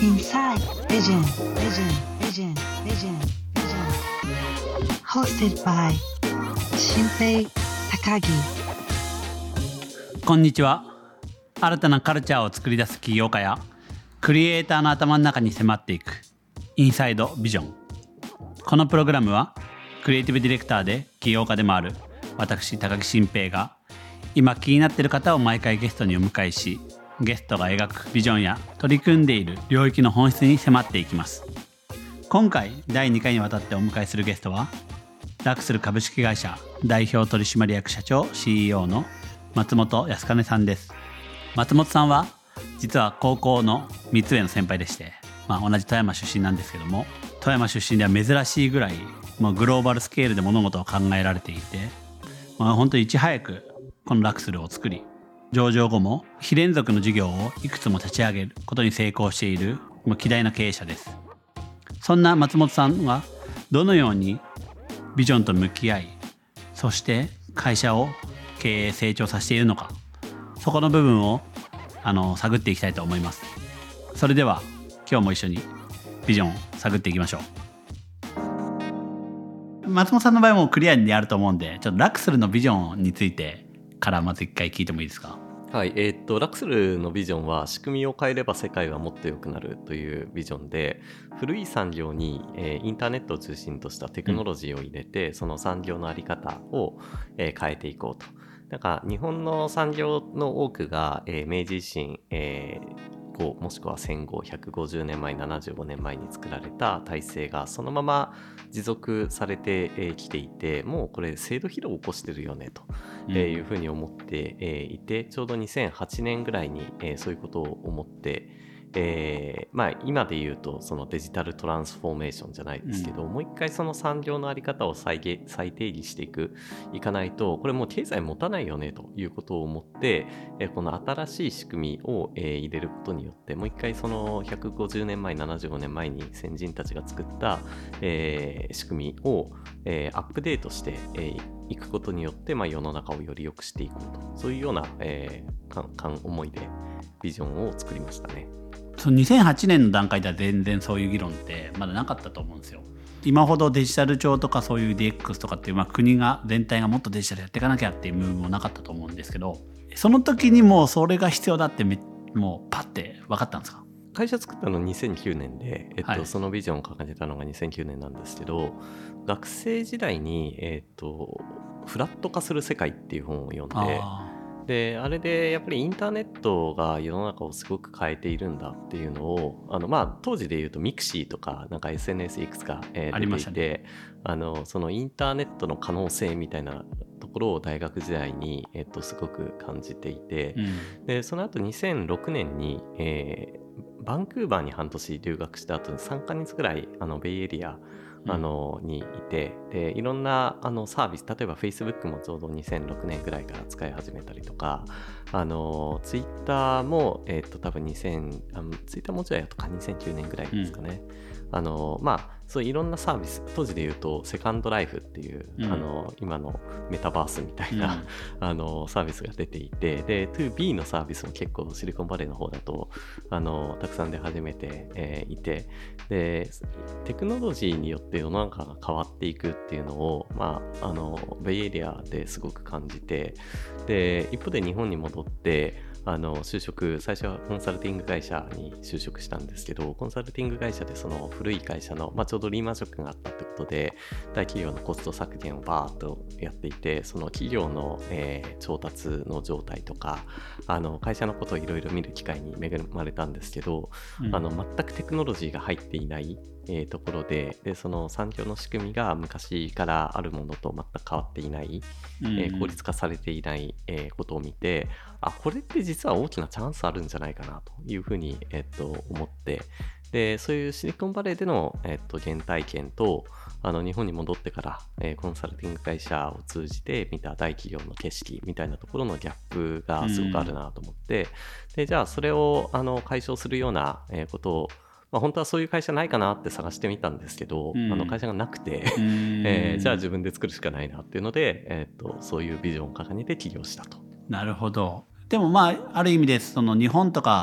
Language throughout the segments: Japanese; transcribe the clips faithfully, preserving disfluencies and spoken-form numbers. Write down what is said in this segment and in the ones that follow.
Inside Vision Vision Vision Vision Vision Hosted by 新平高木。 こんにちは。新たなカルチャーを作り出す起業家やクリエイターの頭の中に迫っていくインサイドビジョン。このプログラムはクリエイティブディレクターで起業家でもある私高木新平が今気になっている方を毎回ゲストにお迎えし、ゲストが描くビジョンや取り組んでいる領域の本質に迫っていきます。今回だいにかいにわたってお迎えするゲストはラクスル株式会社代表取締役社長 シーイーオー の松本康兼さんです。松本さんは実は高校のみっつ上の先輩でして、まあ、同じ富山出身なんですけども、富山出身では珍しいぐらいもうグローバルスケールで物事を考えられていて、まあ、本当にいち早くこのラクスルを作り、上場後も非連続の事業をいくつも立ち上げることに成功している偉大な経営者です。そんな松本さんはどのようにビジョンと向き合い、そして会社を経営成長させているのか、そこの部分をあの探っていきたいと思います。それでは今日も一緒にビジョンを探っていきましょう。松本さんの場合もクリアにあると思うんで、ちょっとラクスルのビジョンについてからまず一回聞いてもいいですか？ はい、えーっとラクスルのビジョンは仕組みを変えれば世界はもっと良くなるというビジョンで、古い産業に、えーインターネットを中心としたテクノロジーを入れて、うん、その産業の在り方を、えー変えていこうと。なんか日本の産業の多くが、えー明治維新、えー後もしくは戦後ひゃくごじゅうねんまえななじゅうごねんまえに作られた体制がそのまま持続されてきていて、もうこれ制度疲労を起こしてるよねというふうに思っていて、ちょうどにせんはちねんぐらいにそういうことを思って、えーまあ、今で言うとそのデジタルトランスフォーメーションじゃないですけど、うん、もう一回その産業の在り方を再現再定義していくいかないと、これもう経済持たないよねということを思って、えー、この新しい仕組みを、えー、入れることによってもう一回そのひゃくごじゅうねんまえななじゅうごねんまえに先人たちが作った、えー、仕組みを、えー、アップデートしてい、えー、くことによって、まあ、世の中をより良くしていこうと、そういうような、えー、かかん思いでビジョンを作りましたね。 そのにせんはちねんの段階では全然そういう議論ってまだなかったと思うんですよ。今ほどデジタル庁とかそういう ディーエックス とかっていう、まあ、国が全体がもっとデジタルやっていかなきゃっていうムーブもなかったと思うんですけど、その時にもうそれが必要だってもうパッて分かったんですか？ 会社作ったのにせんきゅうねんで、えっとはい、そのビジョンを掲げたのがにせんきゅうねんなんですけど、学生時代に、えっと、フラット化する世界っていう本を読んで、であれでやっぱりインターネットが世の中をすごく変えているんだっていうのを、あの、まあ、当時で言うとミクシーとかなんか エスエヌエス いくつか、えー、出ていて、あのそのインターネットの可能性みたいなところを大学時代に、えー、とすごく感じていて、うん、でその後にせんろくねんに、えー、バンクーバーに半年留学した後にさんかげつぐらいあのベイエリアあのにいて、でいろんなあのサービス、例えば Facebook もちょうどにせんろくねんぐらいから使い始めたりとか、あの Twitter も、えー、と多分にせんあの Twitter もうちょいやとかにせんきゅうねんぐらいですかね、うん、あのまあそういろんなサービス、当時で言うとセカンドライフっていう、うん、あの今のメタバースみたいな、うん、あのサービスが出ていて、で ツービー のサービスも結構シリコンバレーの方だとあのたくさん出始めて、えー、いて、でテクノロジーによって世の中が変わっていくっていうのを、まあ、あのベイエリアですごく感じて、で一方で日本に戻ってあの就職、最初はコンサルティング会社に就職したんですけど、コンサルティング会社でその古い会社の、まあ、ちょうどリーマンショックがあったってことで大企業のコスト削減をバーッとやっていて、その企業の、えー、調達の状態とかあの会社のことをいろいろ見る機会に恵まれたんですけど、うん、あの全くテクノロジーが入っていないえー、ところ で, でその産業の仕組みが昔からあるものと全く変わっていない、うん、えー、効率化されていない、えー、ことを見て、あ、これって実は大きなチャンスあるんじゃないかなというふうに、えー、と思って、でそういうシリコンバレーでの、えー、と原体験とあの日本に戻ってから、えー、コンサルティング会社を通じて見た大企業の景色みたいなところのギャップがすごくあるなと思って、うん、でじゃあそれをあの解消するような、えー、ことをまあ、本当はそういう会社ないかなって探してみたんですけど、うん、あの会社がなくて、えー、じゃあ自分で作るしかないなっていうので、えー、とそういうビジョンを掲げて起業したと。 なるほど。でもまあある意味でその日本とか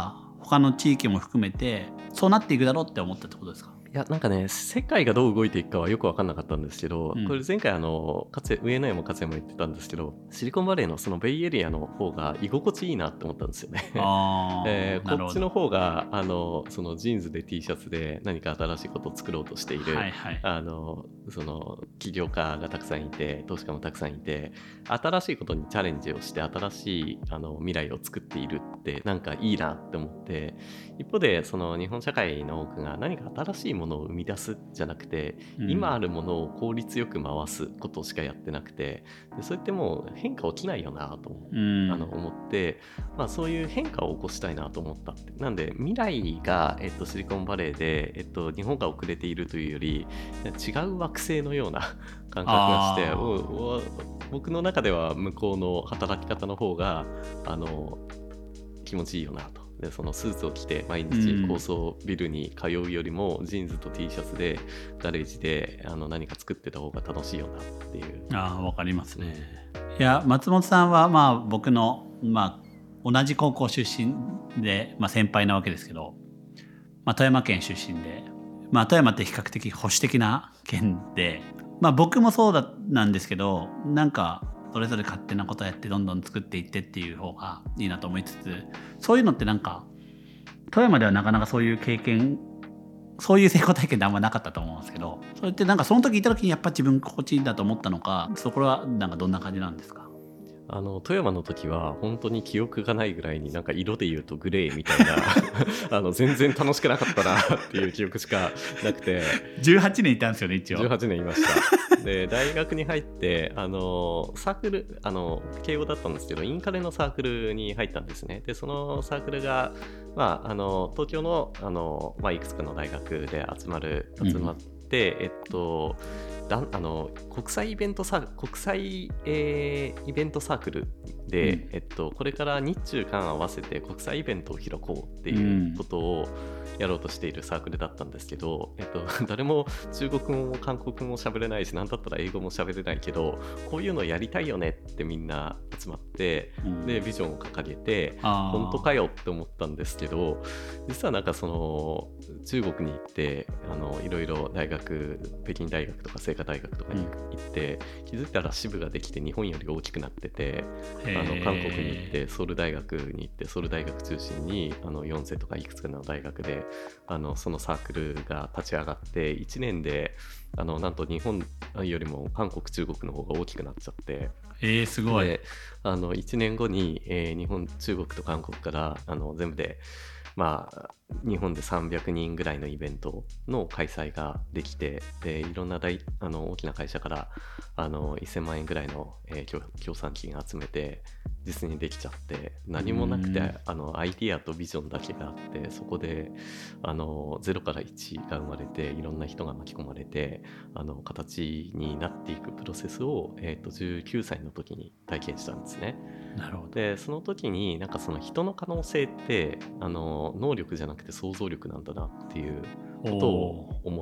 他の地域も含めてそうなっていくだろうって思ったってことですか？ いやなんかね世界がどう動いていくかはよく分かんなかったんですけど、うん、これ前回あの勝上野屋も勝也も言ってたんですけど、シリコンバレーのそのベイエリアの方が居心地いいなって思ったんですよね。あ、えー、こっちの方があのそのジーンズで T シャツで何か新しいことを作ろうとしている、はいはい、あのその起業家がたくさんいて投資家もたくさんいて、新しいことにチャレンジをして新しいあの未来を作っているってなんかいいなって思って、一方でその日本社会の多くが何か新しいものを生み出すじゃなくて、うん、今あるものを効率よく回すことしかやってなくて、でそれってもう変化起きないよなと、うん、あの思って、まあ、そういう変化を起こしたいなと思ったって。なんで未来が、えっと、シリコンバレーで、えっと、日本が遅れているというより違う惑星のような感覚がして、僕の中では向こうの働き方の方があの気持ちいいよなと。でそのスーツを着て毎日高層ビルに通うよりも、うん、ジーンズと T シャツでガレージであの何か作ってた方が楽しいよなっていう。 ああ、わかりますね。いや松本さんはまあ僕の、まあ、同じ高校出身で、まあ、先輩なわけですけど、まあ、富山県出身で、まあ、富山って比較的保守的な県で、まあ、僕もそうだなんですけど、なんかそれぞれ勝手なことやってどんどん作っていってっていう方がいいなと思いつつ、そういうのってなんか富山ではなかなかそういう経験、そういう成功体験ってあんまなかったと思うんですけど、それってなんかその時いた時にやっぱ自分心地いいんだと思ったのか、そこはなんかどんな感じなんですか？ あの富山の時は本当に記憶がないぐらいになんか色で言うとグレーみたいなあの全然楽しくなかったなっていう記憶しかなくてじゅうはちねんいたんですよね。一応じゅうはちねんいましたで大学に入ってあのサークルあの慶応だったんですけどインカレのサークルに入ったんですね。でそのサークルが、まあ、あの東京の、あの、まあ、いくつかの大学で集まる集まって、うん、えっとだあの国際イベントサ国際、えー、イベントサークルで、うんえっと、これから日中韓合わせて国際イベントを開こうっていうことをやろうとしているサークルだったんですけど、えっと、誰も中国語も韓国語も喋れないし、なんだったら英語も喋れないけどこういうのやりたいよねってみんな集まって、うん、でビジョンを掲げて本当かよって思ったんですけど、実はなんかその中国に行ってあのいろいろ大学北京大学とか清華大学とかに行って、うん、気づいたら支部ができて日本より大きくなってて、あの韓国に行ってソウル大学に行ってソウル大学中心にあのヨンセとかいくつかの大学であのそのサークルが立ち上がっていちねんであのなんと日本よりも韓国中国の方が大きくなっちゃって、 えー、すごい。 であのいちねんごに、えー、日本中国と韓国からあの全部でまあ、日本でさんびゃくにんぐらいのイベントの開催ができて、でいろんな大あの大きな会社からあのせんまんえんぐらいの、えー、協賛金集めて実にできちゃって、何もなくてあのアイディアとビジョンだけがあって、そこであのゼロからいちが生まれていろんな人が巻き込まれてあの形になっていくプロセスを、えー、とじゅうきゅうさいの時に体験したんですね。 なるほど。 でその時になんかその人の可能性ってあの能力じゃなくて想像力なんだなっていうことを思って、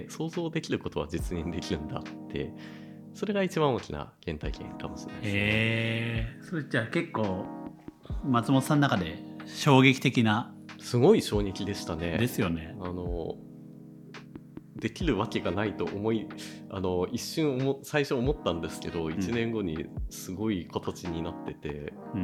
想像できることは実現できるんだって、それが一番大きな原体験かもしれないですね。 へー、それじゃあ結構松本さんの中で衝撃的な。 すごい衝撃でしたね。 ですよね。 あのできるわけがないと思いあの一瞬思最初思ったんですけど、うん、いちねんごにすごい形になってて、うん、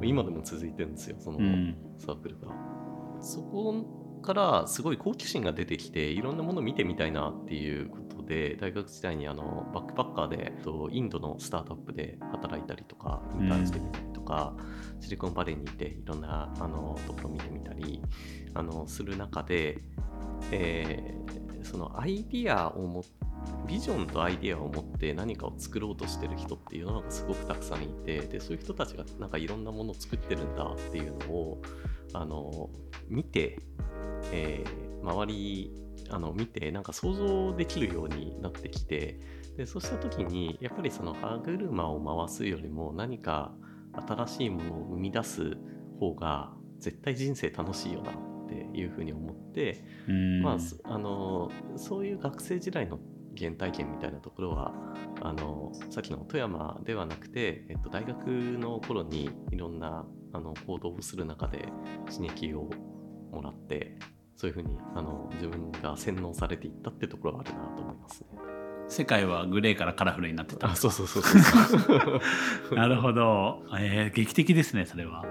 今でも続いてるんですよそのサークルが、うん、そこからすごい好奇心が出てきていろんなものを見てみたいなっていうことで、大学時代にあのバックパッカーでインドのスタートアップで働いたりとかインターンしてみたりとか、うん、シリコンバレーにいていろんなあのところを見てみたりあのする中で、えーそのアイディアをもビジョンとアイディアを持って何かを作ろうとしてる人っていうのがすごくたくさんいて、でそういう人たちがなんかいろんなものを作ってるんだっていうのをあの見て、えー、周りあの見てなんか想像できるようになってきて、でそうした時にやっぱりその歯車を回すよりも何か新しいものを生み出す方が絶対人生楽しいよなっていうふうに思って、まあ、あのそういう学生時代の原体験みたいなところはあのさっきの富山ではなくて、えっと、大学の頃にいろんなあの行動をする中で刺激をももらって、そういうふうにあの自分が洗脳されていったってところはあるなと思いますね。 世界はグレーからカラフルになってた。 あ、そうそうそうそうなるほど、えー、劇的ですねそれは。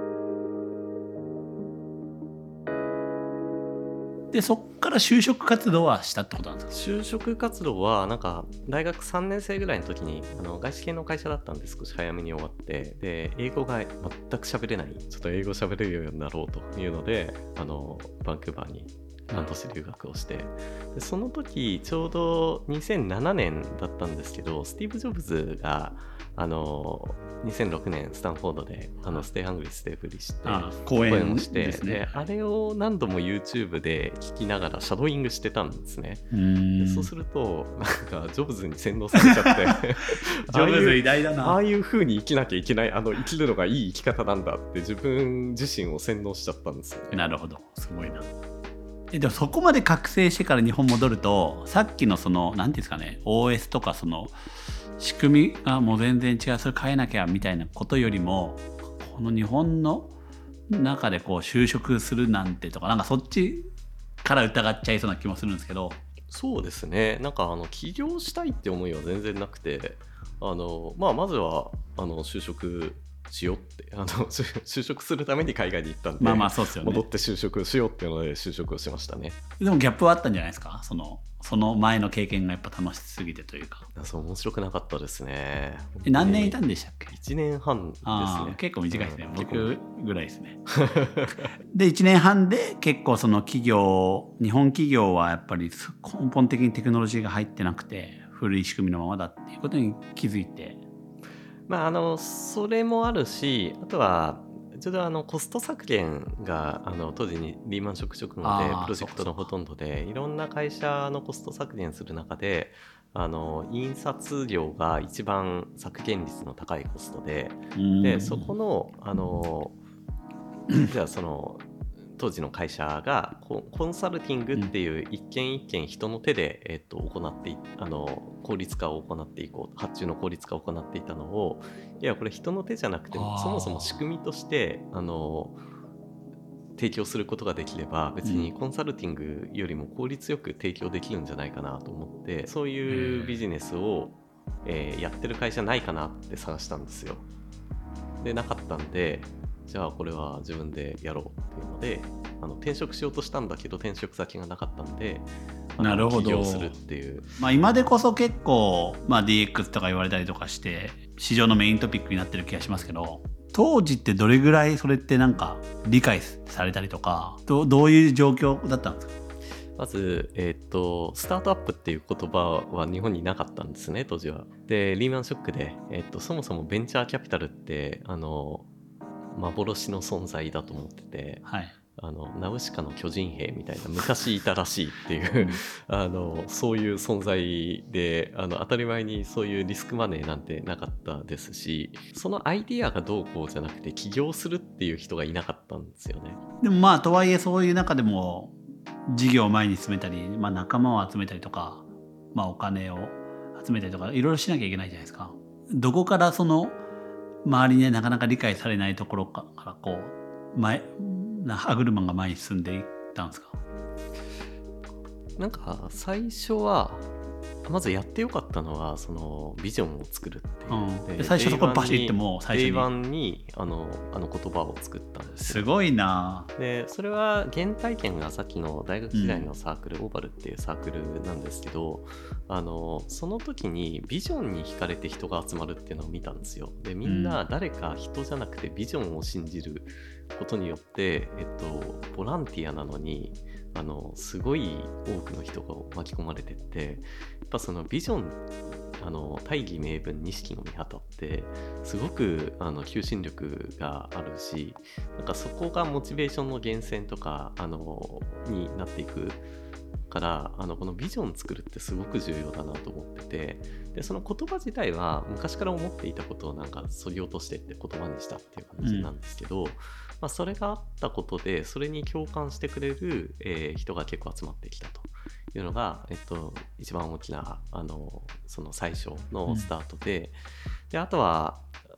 でそっから就職活動はしたってことなんですか？ 就職活動はなんか大学さんねん生ぐらいの時にあの外資系の会社だったんで少し早めに終わって、で英語が全く喋れない、ちょっと英語喋れるようになろうというので、あのバンクーバーに半年留学をして、でその時ちょうどにせんななねんだったんですけど、スティーブ・ジョブズがあのにせんろくねんスタンフォードであのステイハングリーステイフリーして講演をして、 ですね、 であれを何度も YouTube で聞きながらシャドーイングしてたんですね。でそうするとなんかジョブズに洗脳されちゃってジョブズ偉大だな。 ああいう風に生きなきゃいけない、あの生きるのがいい生き方なんだって自分自身を洗脳しちゃったんですよね。 なるほど、すごいな。えでもそこまで覚醒してから日本戻ると、さっきのその何ていうんですかね、 オーエス とかその仕組みがもう全然違う、それ変えなきゃみたいなことよりも、この日本の中でこう就職するなんてとか、なんかそっちから疑っちゃいそうな気もするんですけど。 そうですね、なんかあの起業したいって思いは全然なくて、あの、まあ、まずはあの就職しようってあの就職するために海外に行ったんで、 まあまあそうですよね、 戻って就職しようっていうので就職をしましたね。 でもギャップはあったんじゃないですか、そのその前の経験がやっぱ楽しすぎてというか。 そう面白くなかったですね。 え何年いたんでしたっけ？ いちねんはんですね。 結構短いですね、うん、僕ぐらいですねでいちねんはんで結構その企業、日本企業はやっぱり根本的にテクノロジーが入ってなくて古い仕組みのままだっていうことに気づいて、 まあ、あのそれもあるし、あとはちょうどあのコスト削減があの当時にリーマンショック直後でプロジェクトのほとんどでいろんな会社のコスト削減する中で、あの印刷量が一番削減率の高いコストで、でそこのあのじゃあその当時の会社がコンサルティングっていう一件一件人の手で、えっと、行ってあの効率化を行っていこう、発注の効率化を行っていたのを、いやこれ人の手じゃなくてもそもそも仕組みとしてあの提供することができれば別にコンサルティングよりも効率よく提供できるんじゃないかなと思って、そういうビジネスを、えー、やってる会社ないかなって探したんですよ。でなかったんで、じゃあこれは自分でやろうっていうので、あの転職しようとしたんだけど転職先がなかったんで、 なるほど、 起業するっていう、 まあ、今でこそ結構、まあ、ディーエックス とか言われたりとかして市場のメイントピックになってる気がしますけど、当時ってどれぐらいそれってなんか理解されたりとか、 ど, どういう状況だったんですか？ まず、えー、とスタートアップっていう言葉は日本になかったんですね当時は。でリーマンショックで、えー、とそもそもベンチャーキャピタルってあの幻の存在だと思ってて、 はい、 あのナウシカの巨人兵みたいな昔いたらしいっていうあのそういう存在で、あの当たり前にそういうリスクマネーなんてなかったですし、そのアイディアがどうこうじゃなくて起業するっていう人がいなかったんですよね。 でもまあとはいえそういう中でも事業を前に進めたり、まあ、仲間を集めたりとか、まあ、お金を集めたりとかいろいろしなきゃいけないじゃないですか。どこからその周りになかなか理解されないところからこう前歯車が前に進んでいったんですか？ なんか最初はまずやってよかったのはそのビジョンを作るっていう、 うん、で最初そこバシッてもう最初にデイワン にあのあの言葉を作ったんですよ。 すごいな。 でそれは原体験がさっきの大学時代のサークル、うん、オーバルっていうサークルなんですけど、あのその時にビジョンに惹かれて人が集まるっていうのを見たんですよ。でみんな誰か人じゃなくてビジョンを信じることによって、えっと、ボランティアなのにあのすごい多くの人が巻き込まれてって、やっぱそのビジョン、あの大義名分錦の御旗ってすごくあの求心力があるし、なんかそこがモチベーションの源泉とかあのになっていくから、あのこのビジョン作るってすごく重要だなと思ってて、でその言葉自体は昔から思っていたことをなんか削ぎ落としてって言葉にしたっていう感じなんですけど、うんまあ、それがあったことでそれに共感してくれる、えー、人が結構集まってきたというのが、えっと、一番大きなあのその最初のスタートで、うん、であとは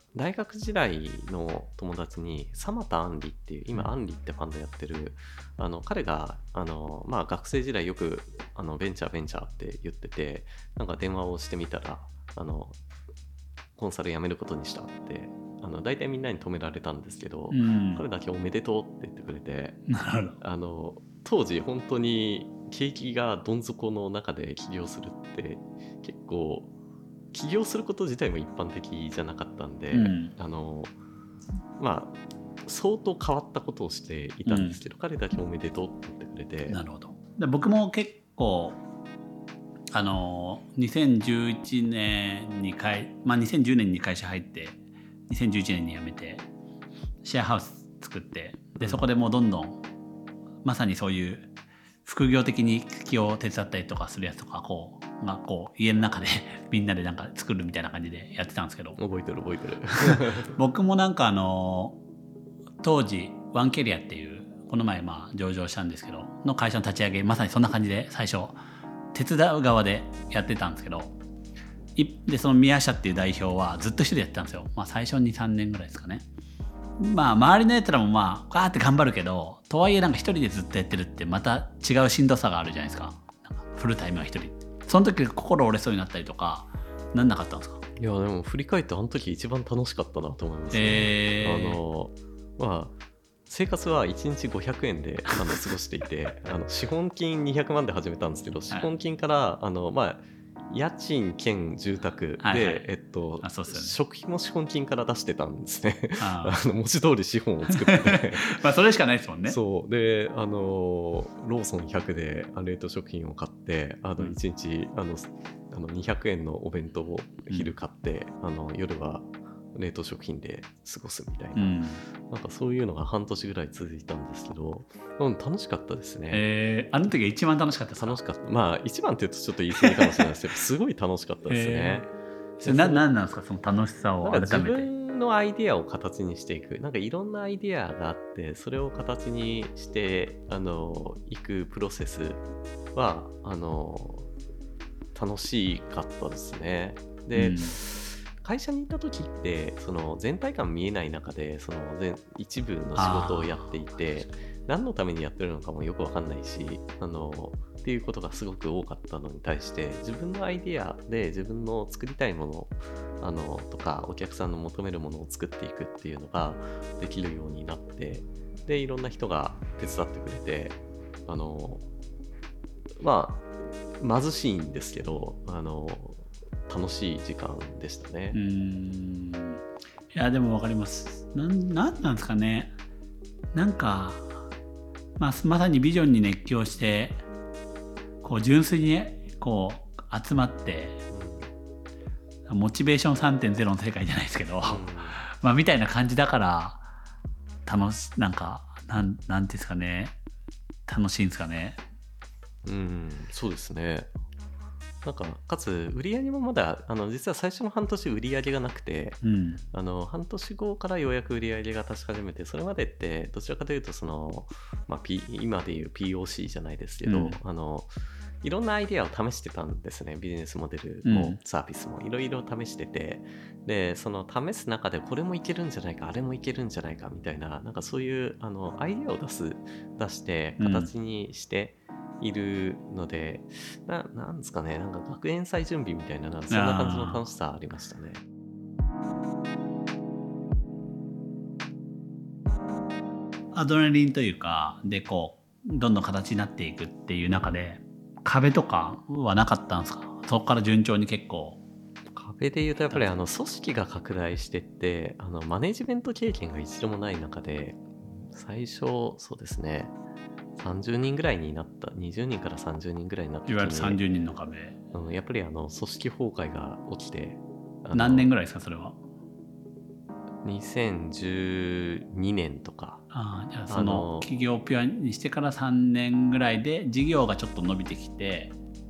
大学時代の友達にサ田アンリっていう今アンリってファンドやってるあの彼があの、まあ、学生時代よくあのベンチャーベンチャーって言っててなんか電話をしてみたらあのコンサル辞めることにしたってあの大体みんなに止められたんですけど、うん、彼だけおめでとうって言ってくれてあの当時本当に景気がどん底の中で起業するって結構起業すること自体も一般的じゃなかったんで、うん、あのまあ相当変わったことをしていたんですけど、うん、彼だけおめでとうって言ってくれて。 なるほど。で僕も結構あのにせんじゅういちねんに会、まあ、にせんじゅうねんに会社入ってにせんじゅういちねんに辞めてシェアハウス作ってでそこでもうどんどんまさにそういう副業的に起業を手伝ったりとかするやつとかこうがこう家の中でみんなでなんか作るみたいな感じでやってたんですけど覚えてる覚えてる僕もなんかあの当時ワンキャリアっていうこの前まあ上場したんですけどの会社の立ち上げまさにそんな感じで最初手伝う側でやってたんですけどでその宮下っていう代表はずっと一人でやってたんですよ、まあ、最初にさんねんぐらいですかね。まあ周りのやつらもまあガーって頑張るけどとはいえなんか一人でずっとやってるってまた違うしんどさがあるじゃないですか。なんかフルタイムは一人その時心折れそうになったりとかなんなかったんですか？ いやでも振り返ってあの時一番楽しかったなと思いますね、えー、あのまあ生活はいちにちごひゃくえんであの過ごしていてあの資本金にひゃくまんで始めたんですけど資本金から、はい、あのまあ家賃兼住宅で、はいはいえっとね、食費も資本金から出してたんですねああの文字通り資本を作ってまあそれしかないですもんね。 そうであのローソンひゃくで冷凍食品を買ってあのいちにち、うん、あのあのにひゃくえんのお弁当を昼買って、うん、あの夜は冷凍食品で過ごすみたいな、うん、なんかそういうのが半年ぐらい続いたんですけど、うん、楽しかったですね。 えー、あの時が一番楽しかったですか？ 楽しかった。まあ一番って言うとちょっと言い過ぎかもしれないですけどすごい楽しかったですね。 えー、それ何なんですかその楽しさを改めて。 自分のアイデアを形にしていくなんかいろんなアイデアがあってそれを形にしてあのいくプロセスはあの楽しかったですね。で、うん会社に行った時ってその全体感見えない中でその全一部の仕事をやっていて何のためにやってるのかもよく分かんないしあのっていうことがすごく多かったのに対して自分のアイデアで自分の作りたいものあのとかお客さんの求めるものを作っていくっていうのができるようになってでいろんな人が手伝ってくれてあのまあ貧しいんですけどあの楽しい時間でしたね。 うーんいやでも分かります。な ん, なんなんですかねなんか、まあ、まさにビジョンに熱狂してこう純粋に、ね、こう集まって、うん、モチベーション さんてんゼロ の世界じゃないですけど、うんまあ、みたいな感じだから楽しなんかなんなんていうんですかね楽しいんですかね。 うんそうですね。なんかかつ売り上げもまだあの実は最初の半年売り上げがなくて、うん、あの半年後からようやく売り上げが立ち始めてそれまでってどちらかというとその、まあ、P、今でいう ピーオーシー じゃないですけど、うん、あのいろんなアイデアを試してたんですね。ビジネスモデルも、うん、サービスもいろいろ試しててでその試す中でこれもいけるんじゃないかあれもいけるんじゃないかみたいななんかそういうあのアイデアを出す出して形にして、うんいるので な, なんですかねなんか学園祭準備みたいなそんな感じの楽しさありましたね。 アドレナリンというかでこうどんどん形になっていくっていう中で壁とかはなかったんですか？そこから順調に結構。 壁でいうとやっぱりあの組織が拡大してってあのマネジメント経験が一度もない中で最初そうですねさんじゅうにんぐらいになったにじゅうにんからさんじゅうにんぐらいになった時にいわゆるさんじゅうにんの壁、 うん、やっぱりあの組織崩壊が起きて何年ぐらいですかそれは？ にせんじゅうにねんとか。 ああじゃあその企業をピュアにしてからさんねんぐらいで事業がちょっと伸びてきて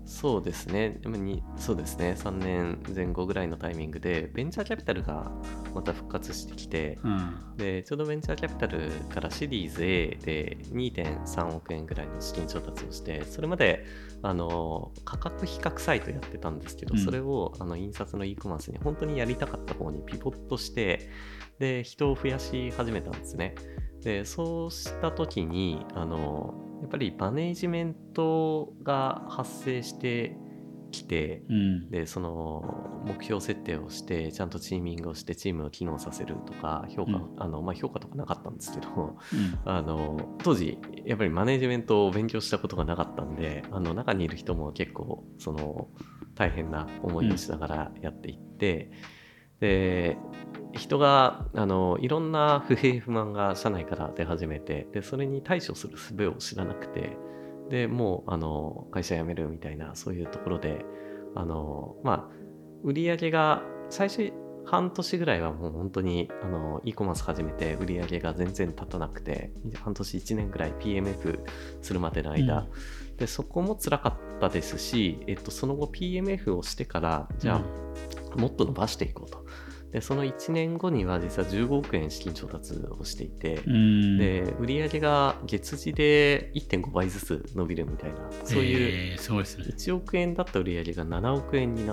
そうですね。でもにそうですね。さんねんぜん後ぐらいのタイミングでベンチャーキャピタルがまた復活してきて、 うん、 でちょうどベンチャーキャピタルからシリーズ A で にてんさんおくえんぐらいの資金調達をして、それまであの価格比較サイトやってたんですけど、 うん、 それをあの印刷の e コマースに本当にやりたかった方にピボットして、で人を増やし始めたんですね。でそうした時にあのやっぱりマネジメントが発生してきて、 うん、 でその目標設定をしてちゃんとチーミングをしてチームを機能させるとか評価、うん、あのまあ、評価とかなかったんですけど、うん、あの当時やっぱりマネジメントを勉強したことがなかったんで、あの中にいる人も結構その大変な思いをしながらやっていって、うん、で人があのいろんな不平不満が社内から出始めて、でそれに対処する術を知らなくて、でもうあの会社辞めるみたいなそういうところで、あのまあ売り上げが最初半年ぐらいはもう本当にあの e コマース始めて売り上げが全然立たなくて、半年いちねんぐらい ピーエムエフ するまでの間、うん、でそこも辛かったですし、えっと、その後 ピーエムエフ をしてからじゃあ、うん、もっと伸ばしていこうと。でそのいちねんごには実はじゅうごおくえん資金調達をしていて、で売上が月次で いってんごばいずつ伸びるみたいな、そういういちおくえんだった売上がななおくえんになって、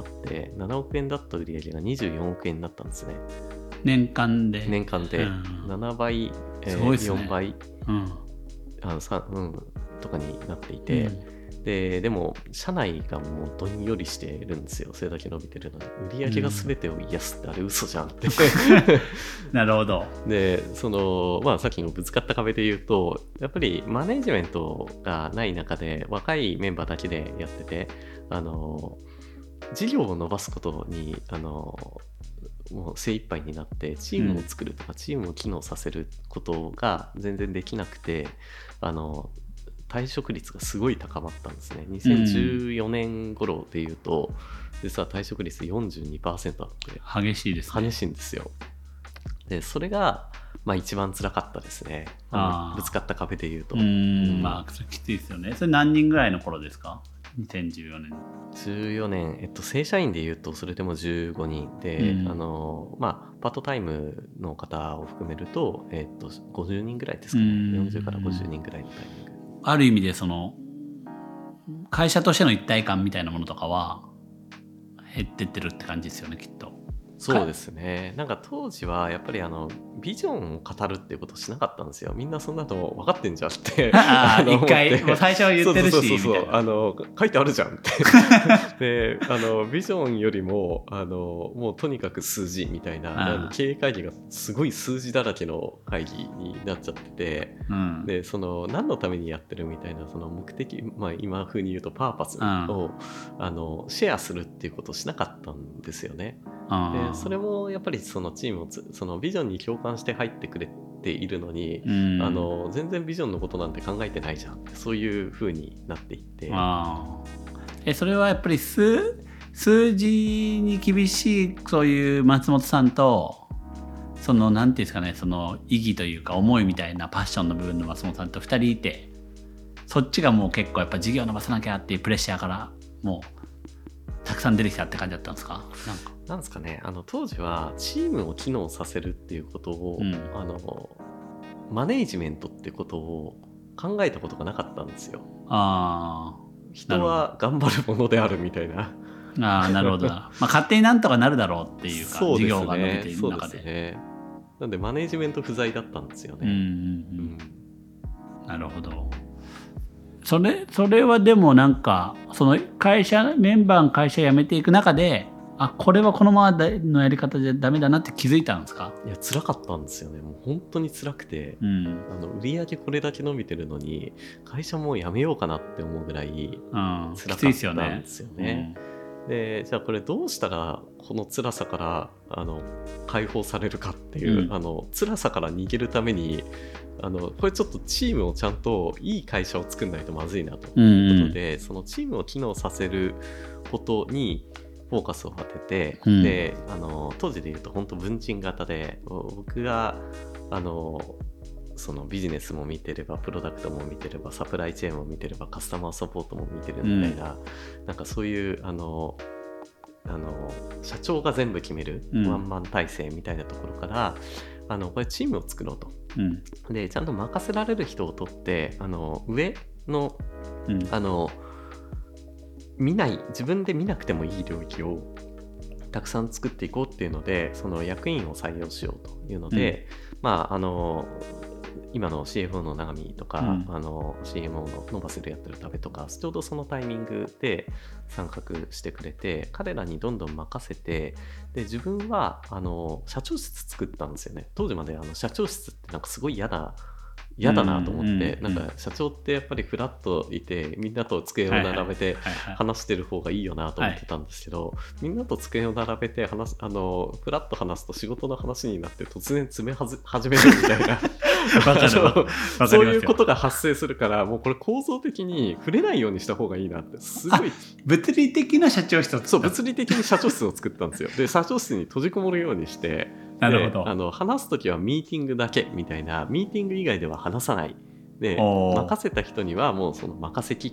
ななおくえんだった売上がにじゅうよんおくえんになったんですね。 年間で年間でななばい、えーね、よんばい、うん、あのさうん、とかになっていて、うんで, でも社内がもうどんよりしてるんですよ。それだけ伸びてるのに売り上げが全てを癒すってあれ嘘じゃんって、うん、 なるほど。 でその、まあ、さっきのぶつかった壁で言うと、やっぱりマネジメントがない中で若いメンバーだけでやってて、あの事業を伸ばすことにあのもう精一杯になってチームを作るとか、うん、チームを機能させることが全然できなくて、あの退職率がすごい高まったんですね。にせんじゅうよねん頃でいうと、うん、実は退職率 よんじゅうにパーセント あって激しいですね。 激しいんですよ。でそれが、まあ、一番辛かったですね。あぶつかった壁でいうと。 うん、うん、まあそれきついですよね。それ何人ぐらいの頃ですか？にせんじゅうよねん。 じゅうよねん、えっと、正社員でいうとそれでもじゅうごにんで、うん、あのまあ、パートタイムの方を含めると、えっと、ごじゅうにんぐらいですかね。よんじゅうからごじゅうにんぐらいのタイミング。 ある意味でその会社としての一体感みたいなものとかは減ってってるって感じですよね、きっと。 そうですね。なんか当時はやっぱりあのビジョンを語るっていうことをしなかったんですよ。みんなそんなの分かってんじゃんってああ一回もう最初は言ってるし、 そうそうそうそう、あの書いてあるじゃんってであのビジョンよりもあのもうとにかく数字みたいな、経営会議がすごい数字だらけの会議になっちゃってて、うん、でその何のためにやってるみたいなその目的、まあ、今風に言うとパーパスを、うん、あのシェアするっていうことをしなかったんですよね。でそれもやっぱりそのチームをつそのビジョンに共感して入ってくれているのに、うん、あの全然ビジョンのことなんて考えてないじゃんって、そういう風になっていって、 あえそれはやっぱり 数, 数字に厳しいそういう松本さんとそのなんていうんですかね、その意義というか思いみたいなパッションの部分の松本さんとふたりいて、そっちがもう結構やっぱ事業伸ばさなきゃっていうプレッシャーからもうたくさん出てきたって感じだったんですか？なんかなんですかね、あの当時はチームを機能させるっていうことを、うん、あのマネージメントってことを考えたことがなかったんですよ。あ人は頑張るものであるみたいな。 あなるほどまあ勝手になんとかなるだろうっていうか、事業が伸びている中で。そうですね。 なんでマネージメント不在だったんですよね。うんうんうんうん、なるほど。それそれはでもなんかその会社メンバーの会社辞めていく中で、あこれはこのままのやり方じゃダメだなって気づいたんですか？ いや辛かったんですよね。もう本当に辛くて、うん、あの売り上げこれだけ伸びてるのに会社もう辞めようかなって思うぐらい辛かったんですよね。うん、でじゃあこれどうしたらこの辛さからあの解放されるかっていう、うん、あの辛さから逃げるためにあのこれちょっとチームをちゃんといい会社を作んないとまずいなということで、うんうん、そのチームを機能させることにフォーカスを当てて、うん、であの当時でいうと本当文鎮型で、僕があのそのビジネスも見てればプロダクトも見てればサプライチェーンも見てればカスタマーサポートも見てるみたいな、うん、なんかそういうあのあの社長が全部決めるワンマン体制みたいなところから、うん、あのこれチームを作ろうと、うん、でちゃんと任せられる人を取ってあの上の、うん、あの見ない自分で見なくてもいい領域をたくさん作っていこうっていうのでその役員を採用しようというので、うん、まああの今の シーエフオー の永見とか、うん、あの シーエムオー のノバセルやってるタベとかちょうどそのタイミングで参画してくれて彼らにどんどん任せてで自分はあの社長室作ったんですよね。当時まであの社長室ってなんかすごい嫌な嫌だなと思って、うんうんうん、なんか社長ってやっぱりフラッといてみんなと机を並べて話してる方がいいよなと思ってたんですけど、はいはいはいはい、みんなと机を並べて話すあのフラッと話すと仕事の話になって突然詰めはず始めるみたいなそういうことが発生するからもうこれ構造的に触れないようにした方がいいなってすごい物理的な社長室を作った。 そう物理的に社長室を作ったんですよ。で社長室に閉じこもるようにしてなるほど。 あの話すときはミーティングだけみたいなミーティング以外では話さないで任せた人にはもうその任せきって、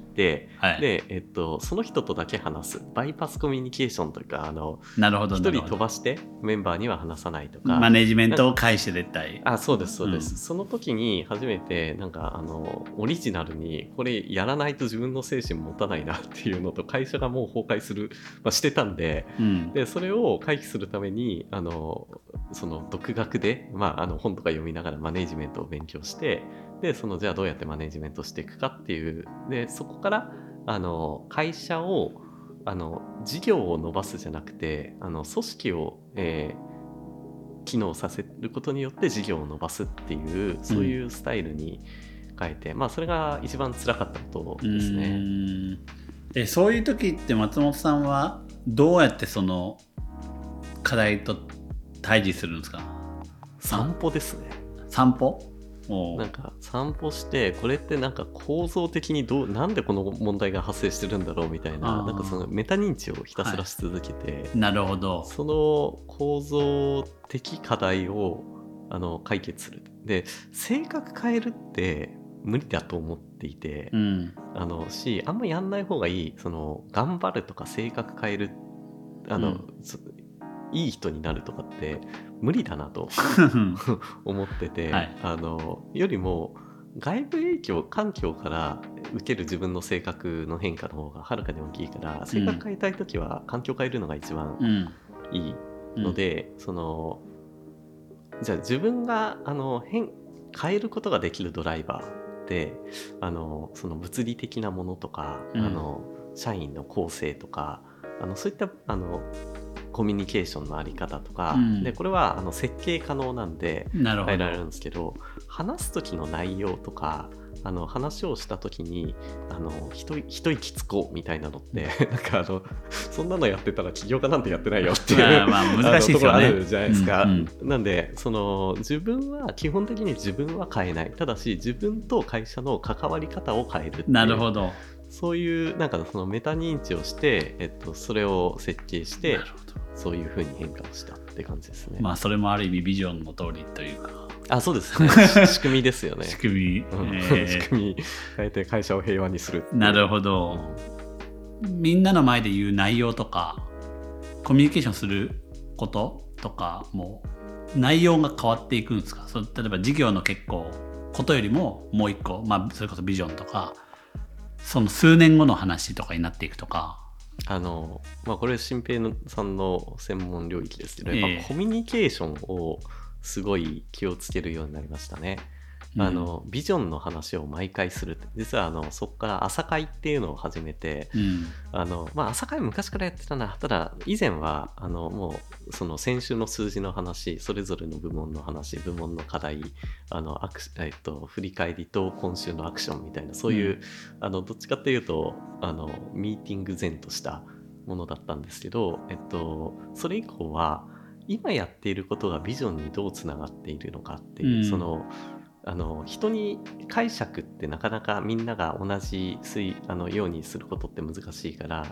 はい、で、えっと、その人とだけ話すバイパスコミュニケーションというかあの一人飛ばしてメンバーには話さないとかマネジメントを介して絶対あそうですそうです、うん、その時に初めてなんかあのオリジナルにこれやらないと自分の精神持たないなっていうのと会社がもう崩壊する、まあ、してたんで、うん、でそれを回避するためにあのその独学で、まあ、あの本とか読みながらマネジメントを勉強してでそのじゃあどうやってマネジメントしていくかっていうでそこからあの会社をあの事業を伸ばすじゃなくてあの組織を、えー、機能させることによって事業を伸ばすっていうそういうスタイルに変えて、うん、まあそれが一番辛かったことですね。 うーんえそういう時って松本さんはどうやってその課題と対峙するんですか？ 散歩ですね。 散歩？ なんか散歩してこれってなんか構造的にどうなんでこの問題が発生してるんだろうみたいななんかそのメタ認知をひたすらし続けて、 はい、なるほどその構造的課題をあの解決する。で性格変えるって無理だと思っていて、うん、あのしあんまやんない方がいいその頑張るとか性格変えるあの、うん、いい人になるとかって無理だなと思ってて、はい、あのよりも外部影響環境から受ける自分の性格の変化の方がはるかに大きいから性格変えたいときは環境変えるのが一番いいので、うん、そのじゃあ自分があの変変えることができるドライバーってあのその物理的なものとか、うん、あの社員の構成とかあのそういったあのコミュニケーションのあり方とか、うん、でこれはあの設計可能なんで変えられるんですけど話す時の内容とかあの話をした時にあの一一息つこうみたいなのってなんかあのそんなのやってたら起業家なんてやってないよっていう、 まあまあ難しいですよね、ところあるじゃないですか、うんうん、なんでその自分は基本的に自分は変えないただし自分と会社の関わり方を変えるっていうなるほどそういうなんかそのメタ認知をして、えっと、それを設計してそういう風に変化をしたって感じですね。 まあそれもある意味ビジョンの通りというかあそうですね仕組みですよね仕組み、 うんえー、仕組み変えて会社を平和にするなるほど、うん、みんなの前で言う内容とかコミュニケーションすることとかも内容が変わっていくんですか？そ例えば事業の結構ことよりももう一個、まあ、それこそビジョンとかその数年後の話とかになっていくとかあの、まあ、これ新平さんの専門領域ですけど、えー、やっぱコミュニケーションをすごい気をつけるようになりましたね。あのビジョンの話を毎回する実はあのそこから朝会っていうのを始めて、うんあのまあ、朝会昔からやってたなただ以前はあのもうその先週の数字の話それぞれの部門の話部門の課題あのアク、えっと、振り返りと今週のアクションみたいなそういう、うん、あのどっちかっていうとあのミーティング前としたものだったんですけど、えっと、それ以降は今やっていることがビジョンにどうつながっているのかっていう、うん、そのあの人に解釈ってなかなかみんなが同じあのようにすることって難しいから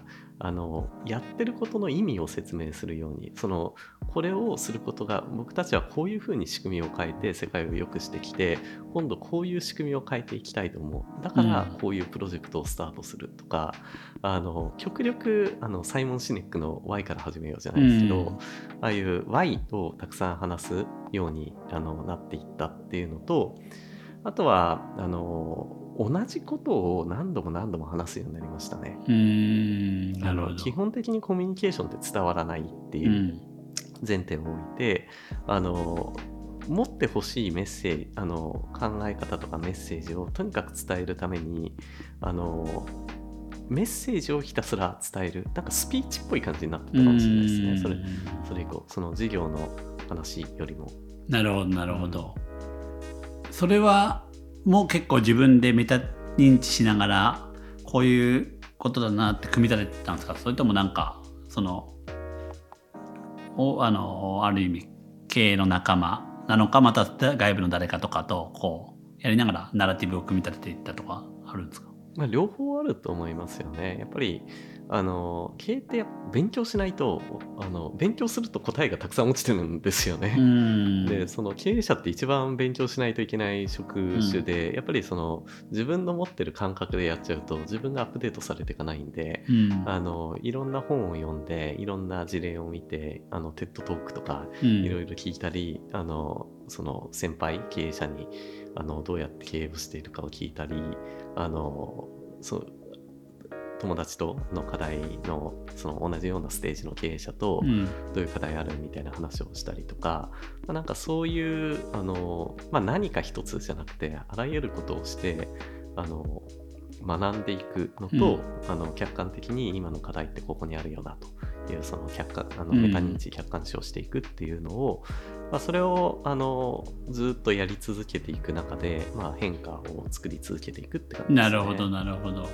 あのやってることの意味を説明するように、そのこれをすることが僕たちはこういうふうに仕組みを変えて世界を良くしてきて、今度こういう仕組みを変えていきたいと思う、だからこういうプロジェクトをスタートするとか、うん、あの極力あのサイモン・シネックの ワイ から始めようじゃないですけど、うん、ああいう ワイ をたくさん話すようにあのなっていったっていうのと、あとはあの同じことを何度も何度も話すようになりましたね。 うーん、なるほど。 基本的にコミュニケーションって伝わらないっていう前提を置いて、うん、あの持ってほしいメッセージ、あの考え方とかメッセージをとにかく伝えるために、あのメッセージをひたすら伝える、なんかスピーチっぽい感じになってたかもしれないですね。それそれ以降、その授業の話よりも。 なるほどなるほど、うん、それはもう結構自分でメタ認知しながらこういうことだなって組み立ててたんですか？それともなんかそのおあのある意味経営の仲間なのか、また外部の誰かとかとこうやりながらナラティブを組み立てていったとかあるんですか？ まあ、両方あると思いますよね。やっぱりあの経営って勉強しないと、あの勉強すると答えがたくさん落ちてるんですよね。うんでその経営者って一番勉強しないといけない職種で、うん、やっぱりその自分の持ってる感覚でやっちゃうと自分がアップデートされていかないんで、うん、あのいろんな本を読んでいろんな事例を見て、あのテッドトークとかいろいろ聞いたり、うん、あのその先輩経営者にあのどうやって経営をしているかを聞いたり、あのそう友達との課題のその同じようなステージの経営者とどういう課題あるみたいな話をしたりとか、うんまあ、なんかそういうあの、まあ、何か一つじゃなくてあらゆることをしてあの学んでいくのと、うん、あの客観的に今の課題ってここにあるよなというその客観あのメタ認知客観視をしていくっていうのを、うんまあ、それをあのずっとやり続けていく中で、まあ、変化を作り続けていくって感じですね。 なるほどなるほど。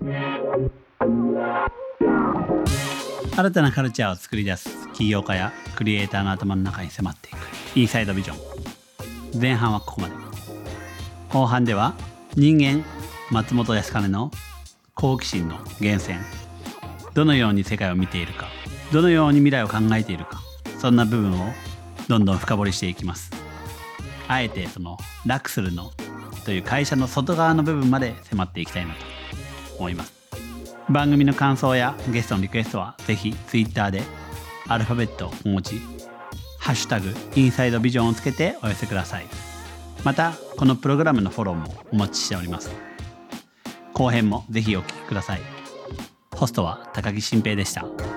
新たなカルチャーを作り出す起業家やクリエイターの頭の中に迫っていくインサイドビジョン。前半はここまで。後半では人間松本康兼の好奇心の源泉、どのように世界を見ているか、どのように未来を考えているか、そんな部分をどんどん深掘りしていきます。あえてそのラクスルのという会社の外側の部分まで迫っていきたいなと思います。番組の感想やゲストのリクエストはぜひ Twitter でアルファベット小文字ハッシュタグインサイドビジョンをつけてお寄せください。またこのプログラムのフォローもお待ちしております。後編もぜひお聞きください。ホストは高木新平でした。